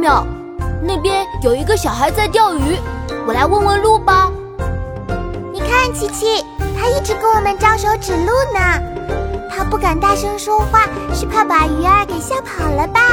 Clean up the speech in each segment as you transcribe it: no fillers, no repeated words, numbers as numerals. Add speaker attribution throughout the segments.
Speaker 1: 妙，那边有一个小孩在钓鱼，我来问问路吧。
Speaker 2: 你看，琪琪，他一直跟我们招手指路呢。他不敢大声说话，是怕把鱼儿给吓跑了吧？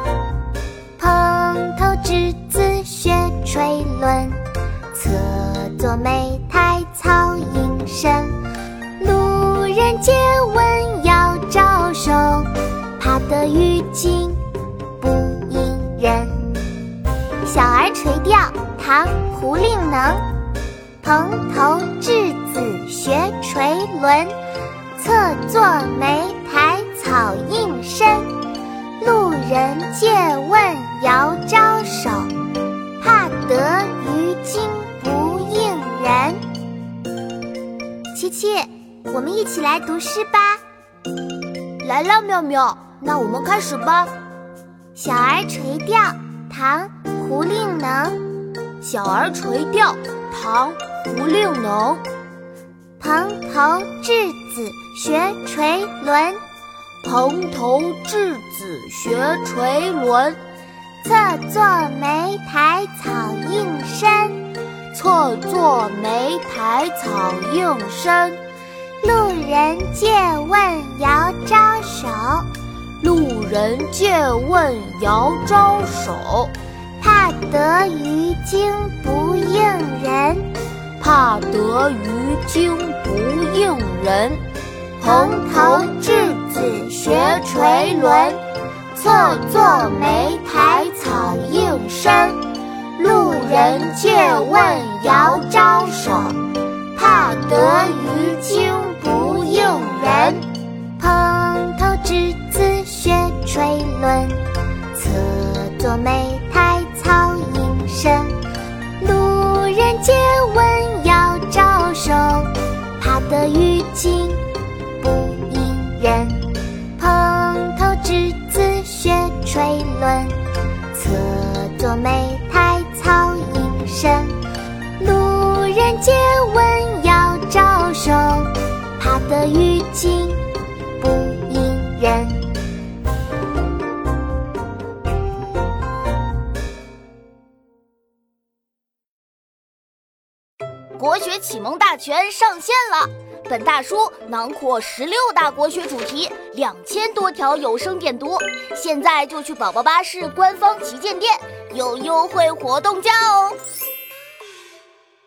Speaker 2: 蓬头稚子学吹纶，侧坐没抬草应声。路人借问要招手，怕得鱼惊不应人。小儿垂钓，唐·胡令能。蓬头稚子学吹纶，侧坐没抬草应声。路人借问遥招手，怕得鱼惊不应人。琪琪，我们一起来读诗吧。
Speaker 1: 来了，妙妙，那我们开始吧。
Speaker 2: 小儿垂钓，唐·胡令能。
Speaker 1: 小儿垂钓，唐·胡令能。
Speaker 2: 蓬头稚子学垂纶，
Speaker 1: 蓬头稚子学垂纶，
Speaker 2: 侧坐没抬草应声。
Speaker 1: 侧坐没抬草应声。
Speaker 2: 路人借问遥招手，
Speaker 1: 路人借问遥招手，
Speaker 2: 怕得鱼惊不应人。
Speaker 1: 怕得鱼惊不应人。
Speaker 2: 蓬头稚子学垂纶，侧坐没抬草应声。路人借问遥招手，怕得鱼惊不应人。蓬头稚子学垂纶，侧坐没抬草应声。路人借问遥招手，怕得鱼惊不应人。蓬头稚子学垂纶，侧坐没抬草应声。路人借问遥招手，怕得鱼惊不应人。
Speaker 1: 国学启蒙大全上线了，本大书囊括16大国学主题，2000多条有声点读，现在就去宝宝巴士官方旗舰店，有优惠活动价哦。